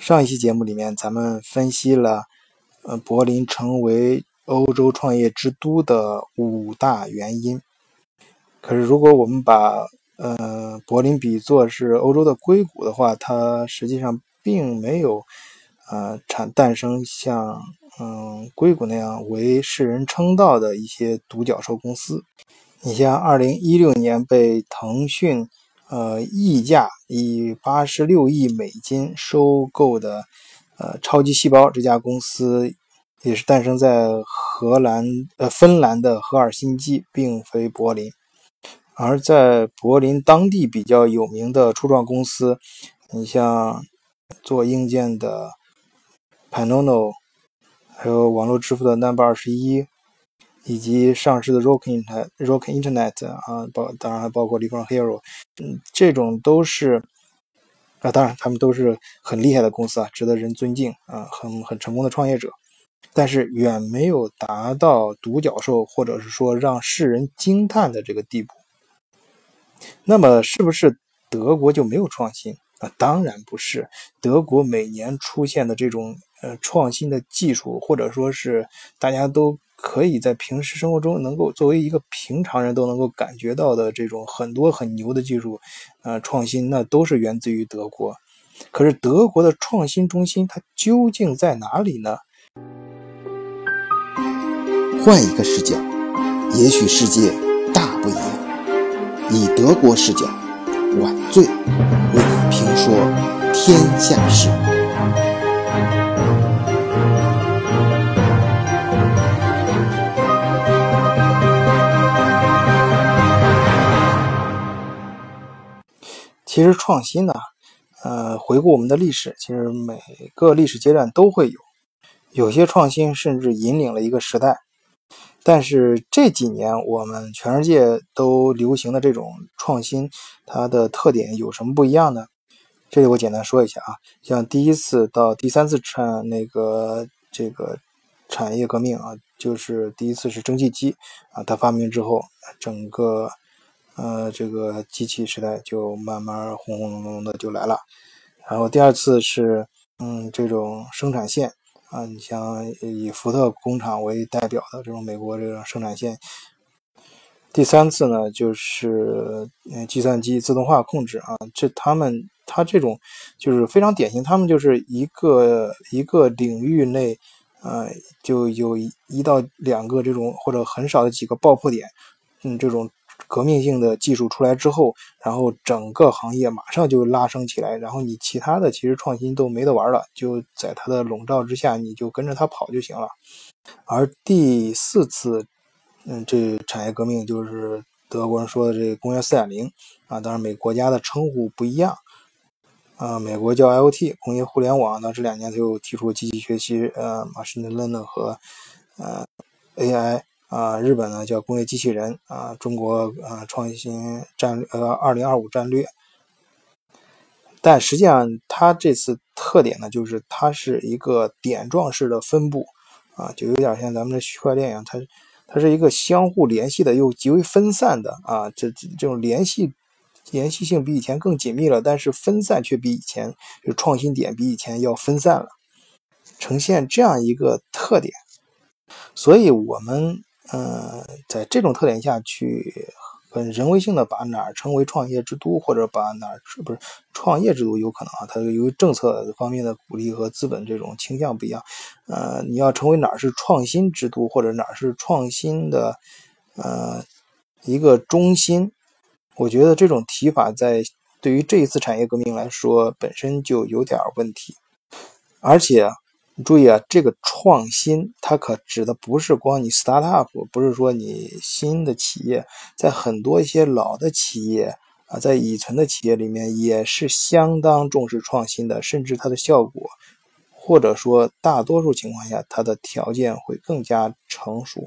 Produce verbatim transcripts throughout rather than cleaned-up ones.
上一期节目里面，咱们分析了，呃，柏林成为欧洲创业之都的五大原因。可是，如果我们把呃柏林比作是欧洲的硅谷的话，它实际上并没有呃产诞生像嗯硅谷那样为世人称道的一些独角兽公司。你像二零一六年被腾讯呃溢价以八十六亿美金收购的呃超级细胞这家公司，也是诞生在荷兰呃芬兰的赫尔辛基，并非柏林。而在柏林当地比较有名的初创公司，你像做硬件的 Panono， 还有网络支付的 Number 二十一，以及上市的 Rock Internet, Rock Internet 啊，包当然还包括 Liquid Hero， 嗯，这种都是啊，当然他们都是很厉害的公司啊，值得人尊敬啊，很很成功的创业者，但是远没有达到独角兽或者是说让世人惊叹的这个地步。那么是不是德国就没有创新啊？当然不是，德国每年出现的这种呃创新的技术，或者说是大家都可以在平时生活中能够作为一个平常人都能够感觉到的这种很多很牛的技术呃创新，那都是源自于德国。可是德国的创新中心它究竟在哪里呢？ 换一个视角，也许世界大不一样。以德国视角，晚醉为你评说天下事。 其实创新呢，呃，回顾我们的历史，其实每个历史阶段都会有，有些创新甚至引领了一个时代。但是这几年我们全世界都流行的这种创新，它的特点有什么不一样呢？这里我简单说一下啊，像第一次到第三次产那个这个产业革命啊，就是第一次是蒸汽机啊，它发明之后，整个呃这个机器时代就慢慢轰轰隆隆的就来了。然后第二次是嗯这种生产线啊，你像以福特工厂为代表的这种美国这种生产线。第三次呢，就是呃计算机自动化控制啊，这他们他这种就是非常典型，他们就是一个一个领域内，呃，就有一到两个这种或者很少的几个爆破点，嗯，这种革命性的技术出来之后，然后整个行业马上就拉升起来，然后你其他的其实创新都没得玩了，就在它的笼罩之下，你就跟着它跑就行了。而第四次嗯，这产业革命就是德国人说的这工业 四点零 啊，当然每个国家的称呼不一样啊，美国叫 I O T 工业互联网，到这两年就提出机器学习呃 machine learning 和呃 A I 啊，日本呢叫工业机器人啊，中国啊创新战呃二零二五战略。但实际上它这次特点呢，就是它是一个点状式的分布啊，就有点像咱们的区块链一样，它它是一个相互联系的又极为分散的啊，这这种联系联系性比以前更紧密了，但是分散却比以前就创新点比以前要分散了，呈现这样一个特点。所以我们呃在这种特点下去很人为性的把哪儿称为创业之都，或者把哪儿不是创业之都有可能啊，它由于政策方面的鼓励和资本这种倾向不一样，呃，你要成为哪儿是创新之都，或者哪儿是创新的呃一个中心，我觉得这种提法在对于这一次产业革命来说本身就有点问题。而且注意啊，这个创新它可指的不是光你 startup， 不是说你新的企业，在很多一些老的企业啊，在已存的企业里面也是相当重视创新的，甚至它的效果或者说大多数情况下它的条件会更加成熟。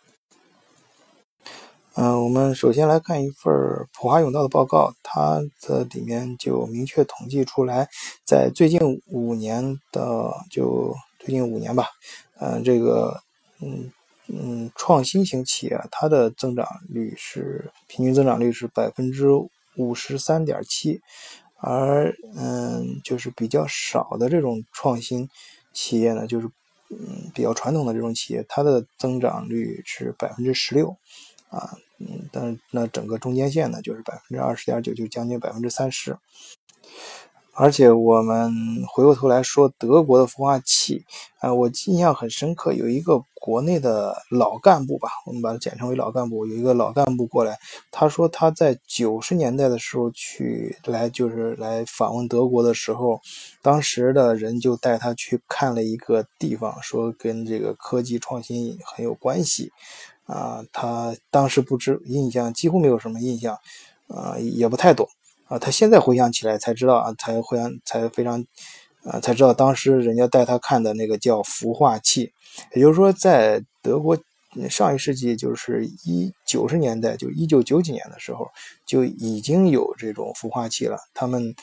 嗯、呃，我们首先来看一份普华永道的报告，它的里面就明确统计出来，在最近五年的就最近五年吧，嗯、呃，这个嗯嗯创新型企业它的增长率是平均增长率是百分之五十三点七， 而嗯，就是比较少的这种创新企业呢，就是嗯比较传统的这种企业，它的增长率是百分之十六啊，嗯，但是那整个中间线呢就是百分之二十点九，就将近百分之三十。而且我们回过头来说德国的孵化器啊、呃，我印象很深刻，有一个国内的老干部吧，我们把它简称为老干部，有一个老干部过来，他说他在九十年代的时候去来就是来访问德国的时候，当时的人就带他去看了一个地方，说跟这个科技创新很有关系啊，他当时不知印象几乎没有什么印象啊，也不太懂。啊，他现在回想起来才知道啊，才回想才非常，啊，才知道当时人家带他看的那个叫孵化器，也就是说，在德国上一世纪就是一九十年代，就一九九几年的时候，就已经有这种孵化器了。他们，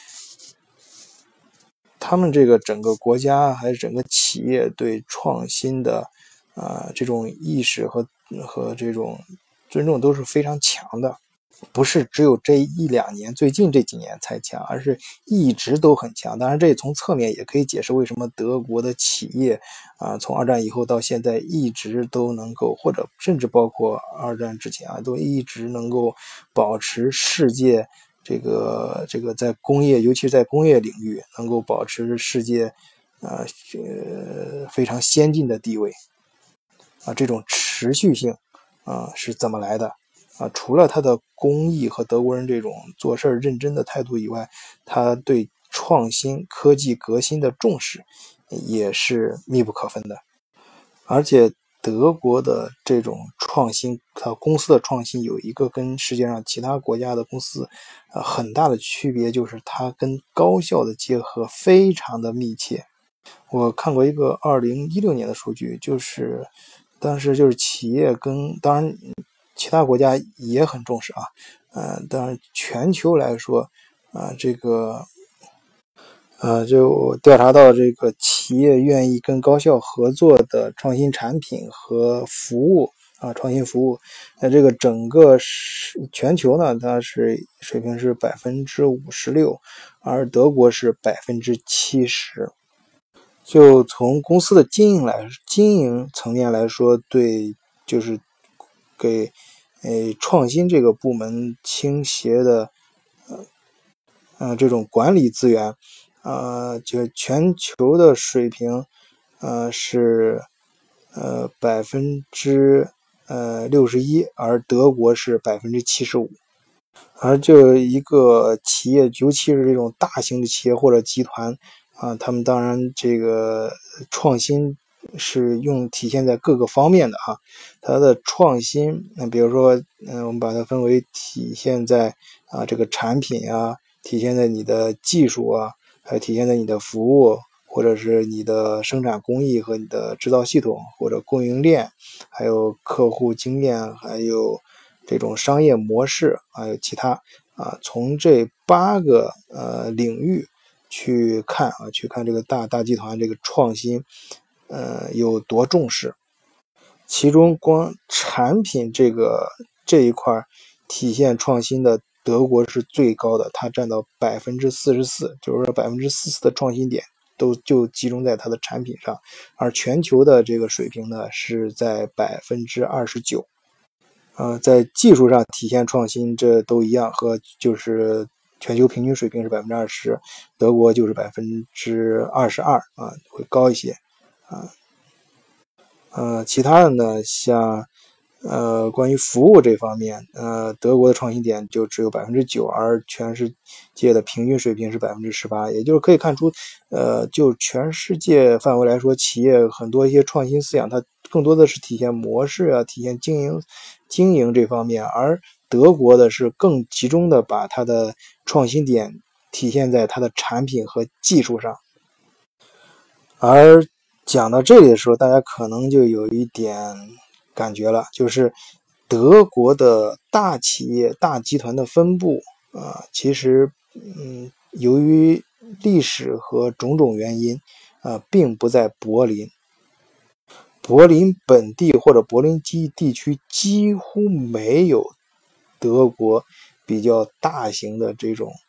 他们这个整个国家还是整个企业对创新的啊、呃、这种意识和和这种尊重都是非常强的。不是只有这一两年最近这几年才强，而是一直都很强。当然这从侧面也可以解释为什么德国的企业啊，从二战以后到现在一直都能够，或者甚至包括二战之前啊，都一直能够保持世界这个这个在工业，尤其是在工业领域能够保持世界呃非常先进的地位啊，这种持续性啊是怎么来的？啊，除了他的工艺和德国人这种做事认真的态度以外，他对创新科技革新的重视也是密不可分的。而且德国的这种创新，它公司的创新有一个跟世界上其他国家的公司呃很大的区别，就是它跟高校的结合非常的密切。我看过一个二零一六年的数据，就是当时就是企业跟当然其他国家也很重视啊，呃，当然全球来说，啊、呃，这个，呃，就调查到这个企业愿意跟高校合作的创新产品和服务啊，创新服务，那这个整个是全球呢，它是水平是百分之五十六，而德国是百分之七十。就从公司的经营来经营层面来说，对，就是给诶创新这个部门倾斜的呃呃这种管理资源，呃就全球的水平呃是呃百分之呃六十一，而德国是百分之七十五。而这一个企业，尤其是这种大型的企业或者集团啊，他们当然这个创新是用体现在各个方面的啊。它的创新，那比如说，嗯，我们把它分为体现在啊这个产品啊，体现在你的技术啊，还有体现在你的服务，或者是你的生产工艺和你的制造系统或者供应链，还有客户经验，还有这种商业模式，还有其他啊，从这八个呃领域去看啊，去看这个大大集团这个创新，呃有多重视。其中光产品这个这一块体现创新的，德国是最高的，它占到百分之四十四，就是说百分之四十的创新点都就集中在它的产品上，而全球的这个水平呢是在百分之二十九。呃，在技术上体现创新，这都一样，和就是全球平均水平是百分之二十，德国就是百分之二十二啊，会高一些啊。呃，其他的呢，像呃关于服务这方面，呃，德国的创新点就只有百分之九，而全世界的平均水平是百分之十八，也就是可以看出，呃，就全世界范围来说，企业很多一些创新思想，它更多的是体现模式啊，体现经营经营这方面，而德国的是更集中的把它的创新点体现在它的产品和技术上。而讲到这里的时候，大家可能就有一点感觉了，就是德国的大企业、大集团的分布啊、呃，其实嗯，由于历史和种种原因啊、呃，并不在柏林。柏林本地或者柏林基地区几乎没有德国比较大型的这种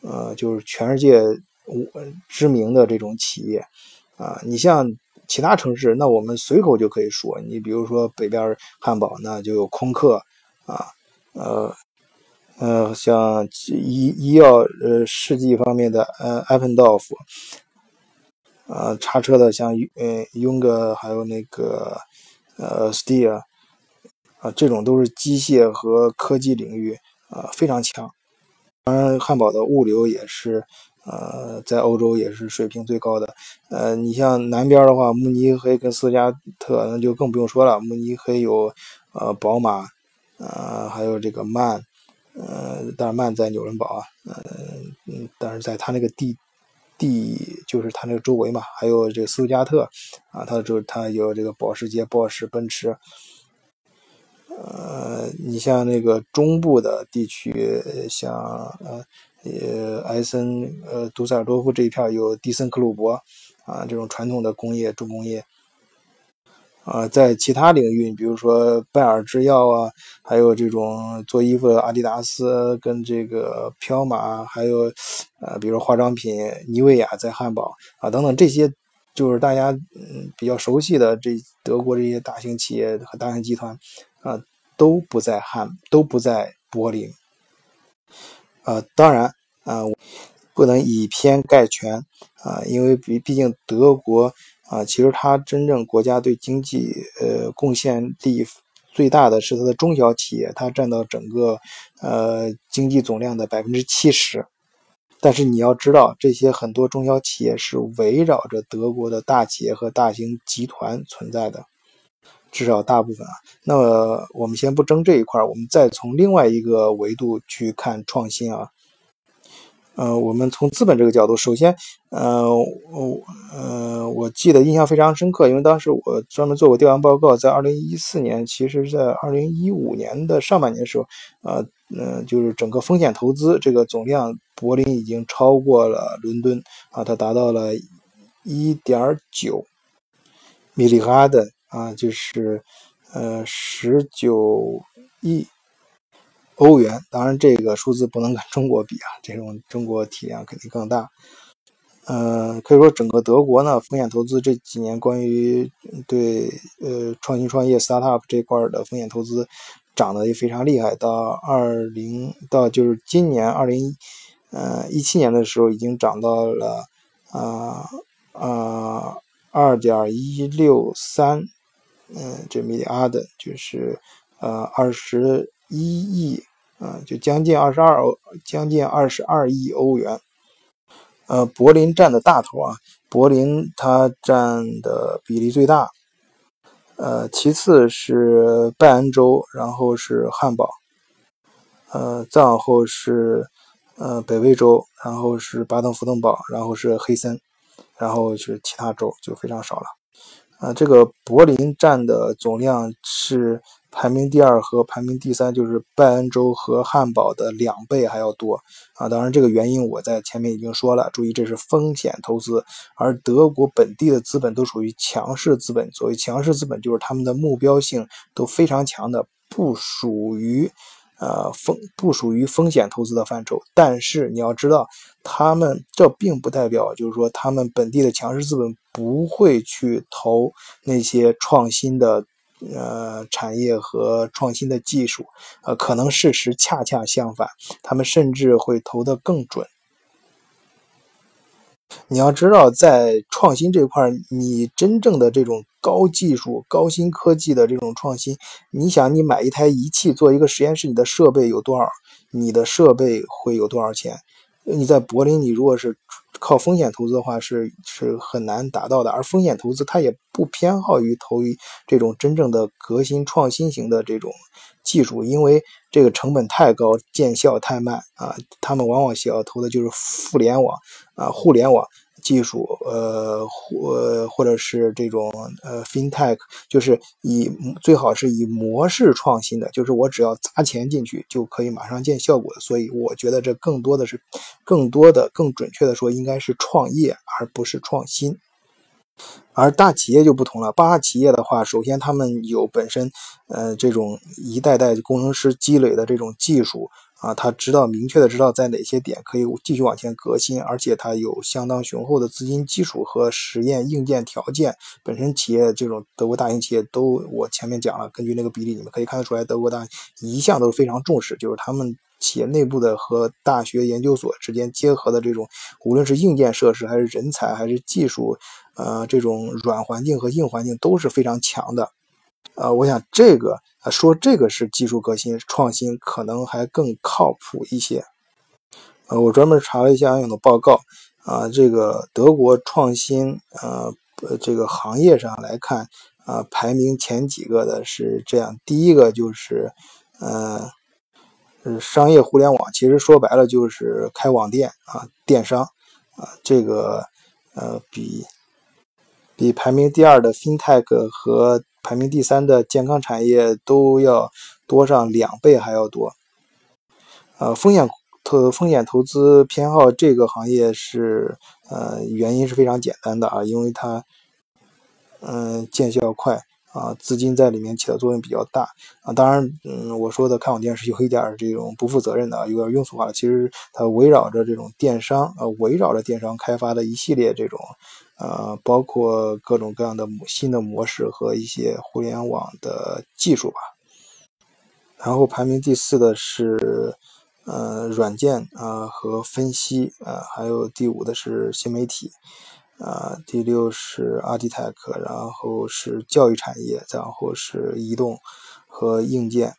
呃，就是全世界知名的这种企业啊。你像其他城市，那我们随口就可以说，你比如说北边汉堡，那就有空客啊，呃呃，像医医药呃试剂方面的呃艾芬道夫，呃叉车的像呃雍格还有那个呃 Steer 啊，这种都是机械和科技领域啊、呃、非常强。当然，汉堡的物流也是，呃，在欧洲也是水平最高的。呃，你像南边的话，慕尼黑跟斯图加特那就更不用说了。慕尼黑有呃宝马，呃，还有这个曼，呃，当然曼在纽伦堡啊，呃，嗯，但是在它那个地地就是它那个周围嘛，还有这个斯图加特啊，它就它有这个保时捷、保时、奔驰。呃，你像那个中部的地区，像呃呃埃森、呃杜塞尔多夫这一片有迪森克鲁伯啊，这种传统的工业重工业。啊，在其他领域，比如说拜耳制药啊，还有这种做衣服的阿迪达斯跟这个彪马，还有呃，比如化妆品妮维雅在汉堡啊等等，这些就是大家嗯比较熟悉的这德国这些大型企业和大型集团啊，都不在汉，都不在柏林。呃，当然啊，不能以偏概全啊，因为毕毕竟德国啊，其实它真正国家对经济呃贡献力最大的是它的中小企业，它占到整个呃经济总量的百分之七十。但是你要知道，这些很多中小企业是围绕着德国的大企业和大型集团存在的，至少大部分啊。那么我们先不争这一块，我们再从另外一个维度去看创新啊。呃，我们从资本这个角度，首先，呃，我呃，我记得印象非常深刻，因为当时我专门做过调研报告，在二零一四年，其实在二零一五年的上半年的时候，呃，呃，就是整个风险投资这个总量，柏林已经超过了伦敦啊，它达到了 一点九 milliard 啊，就是呃十九亿。欧元，当然这个数字不能跟中国比啊，这种中国体量肯定更大。呃，可以说整个德国呢，风险投资这几年关于对呃创新创业 startup 这块的风险投资涨得也非常厉害，到二零到就是今年二零呃一七年的时候已经涨到了啊啊二点一六三，嗯，这 milliard 就是呃二十一亿。啊、呃，就将近二十二欧，将近二十二亿欧元。呃，柏林占的大头啊，柏林它占的比例最大。呃，其次是拜恩州，然后是汉堡，呃，再往后是呃北威州，然后是巴登符腾堡，然后是黑森，然后是其他州就非常少了。呃，这个柏林占的总量是排名第二和排名第三，就是拜恩州和汉堡的两倍还要多啊！当然，这个原因我在前面已经说了，注意这是风险投资，而德国本地的资本都属于强势资本。所谓强势资本，就是他们的目标性都非常强的，不属于呃风不属于风险投资的范畴。但是你要知道，他们这并不代表就是说他们本地的强势资本不会去投那些创新的呃产业和创新的技术，呃可能事实恰恰相反，他们甚至会投得更准。你要知道，在创新这块，你真正的这种高技术、高新科技的这种创新，你想，你买一台仪器做一个实验室，你的设备有多少？你的设备会有多少钱？你在柏林，你如果是靠风险投资的话，是是很难达到的。而风险投资它也不偏好于投于这种真正的革新创新型的这种技术，因为这个成本太高，见效太慢啊。他们往往需要投的就是互联网啊、互联网技术，呃，或或者是这种呃 fintech， 就是以最好是以模式创新的，就是我只要砸钱进去就可以马上见效果的。所以我觉得这更多的是，更多的更准确的说，应该是创业而不是创新。而大企业就不同了，大企业的话，首先他们有本身呃这种一代代工程师积累的这种技术啊，它知道明确的知道在哪些点可以继续往前革新，而且它有相当雄厚的资金基础和实验硬件条件。本身企业这种德国大型企业都，我前面讲了，根据那个比例你们可以看得出来，德国大一向都是非常重视，就是他们企业内部的和大学研究所之间结合的这种，无论是硬件设施还是人才还是技术，呃，这种软环境和硬环境都是非常强的。呃，我想这个呃说这个是技术革新创新，可能还更靠谱一些。呃，我专门查了一下安永的报告啊、呃，这个德国创新呃这个行业上来看啊、呃，排名前几个的是这样，第一个就是呃商业互联网，其实说白了就是开网店啊，电商啊，这个呃比比排名第二的 FinTech 和排名第三的健康产业都要多上两倍还要多。呃，风险投风险投资偏好这个行业是呃原因是非常简单的啊，因为它嗯、呃、见效快啊，资金在里面起的作用比较大啊。当然，嗯，我说的看网店是有一点这种不负责任的啊，有点庸俗化了。其实它围绕着这种电商呃，围绕着电商开发的一系列这种呃，包括各种各样的新的模式和一些互联网的技术吧。然后排名第四的是呃软件啊、呃、和分析啊、呃，还有第五的是新媒体。啊，第六是 Artitech， 然后是教育产业，然后是移动和硬件。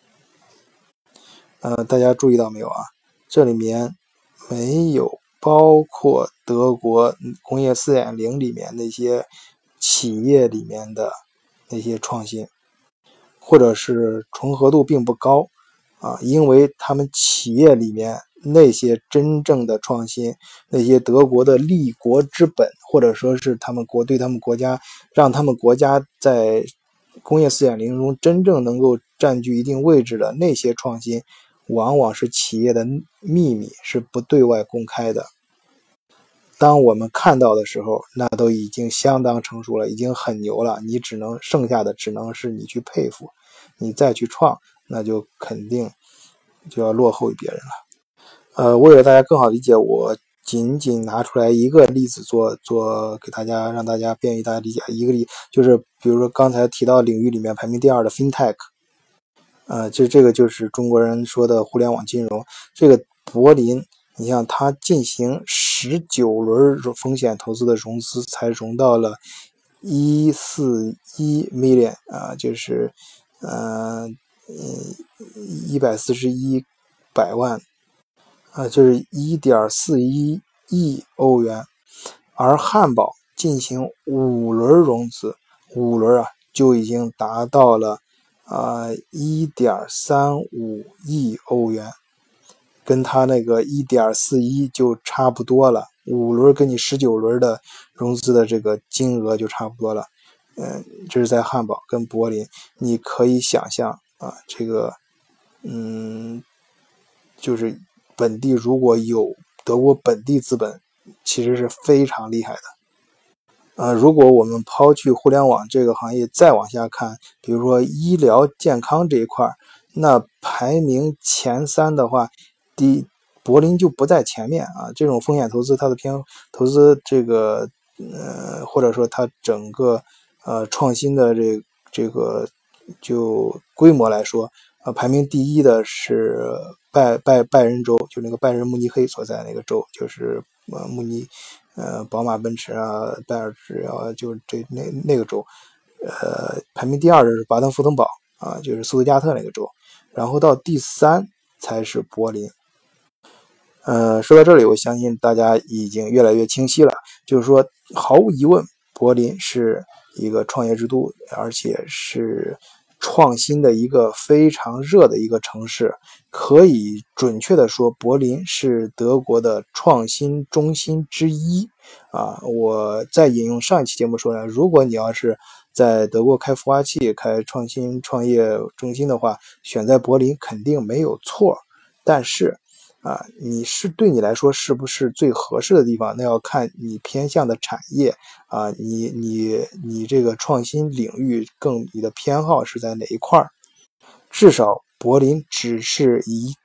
呃，大家注意到没有啊？这里面没有包括德国工业 四点零 里面那些企业里面的那些创新，或者是重合度并不高啊，因为他们企业里面那些真正的创新，那些德国的立国之本，或者说是他们国对他们国家，让他们国家在工业 四点零 中真正能够占据一定位置的那些创新，往往是企业的秘密，是不对外公开的。当我们看到的时候，那都已经相当成熟了，已经很牛了，你只能剩下的只能是你去佩服，你再去创，那就肯定就要落后于别人了。呃，为了大家更好理解，我仅仅拿出来一个例子做做给大家，让大家便于大家理解。一个例就是比如说刚才提到领域里面排名第二的 FinTech， 呃，就这个就是中国人说的互联网金融。这个柏林，你像它进行十九轮风险投资的融资，才融到了一百四十一 million 啊，就是呃一百四十一百万。呃，就是 一点四一亿欧元，而汉堡进行五轮融资，五轮啊就已经达到了啊 一点三五亿欧元，跟他那个 一点四一 就差不多了，五轮跟你十九轮的融资的这个金额就差不多了。嗯，这是在汉堡跟柏林，你可以想象啊，这个嗯，就是本地如果有德国本地资本，其实是非常厉害的。呃，如果我们抛去互联网这个行业再往下看，比如说医疗健康这一块，那排名前三的话，第柏林就不在前面啊。这种风险投资，它的偏投资这个呃，或者说它整个呃创新的这这个就规模来说，呃，排名第一的是拜拜拜仁州，就那个拜仁慕尼黑所在那个州，就是呃慕尼呃宝马奔驰啊，拜耳驰啊，就这那那个州。呃，排名第二的是巴登符腾堡啊，就是斯图加特那个州，然后到第三才是柏林。呃，说到这里，我相信大家已经越来越清晰了，就是说，毫无疑问，柏林是一个创业之都，而且是创新的一个非常热的一个城市。可以准确的说，柏林是德国的创新中心之一啊。我在引用上一期节目说呢，如果你要是在德国开孵化器、开创新创业中心的话，选在柏林肯定没有错。但是啊，你是对你来说是不是最合适的地方？那要看你偏向的产业啊，你你你这个创新领域更你的偏好是在哪一块？至少柏林只是一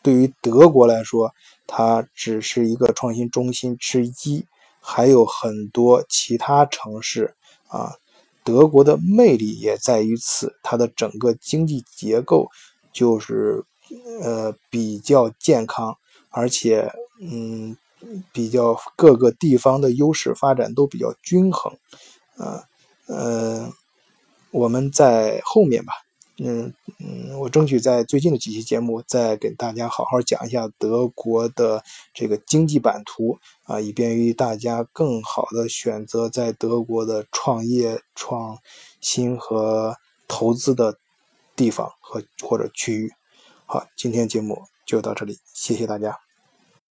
对于德国来说，它只是一个创新中心之一，还有很多其他城市啊。德国的魅力也在于此，它的整个经济结构就是呃比较健康，而且嗯比较各个地方的优势发展都比较均衡啊。呃，我们在后面吧。嗯嗯，我争取在最近的几期节目再给大家好好讲一下德国的这个经济版图啊，以便于大家更好的选择在德国的创业、创新和投资的地方和或者区域。好，今天节目就到这里，谢谢大家。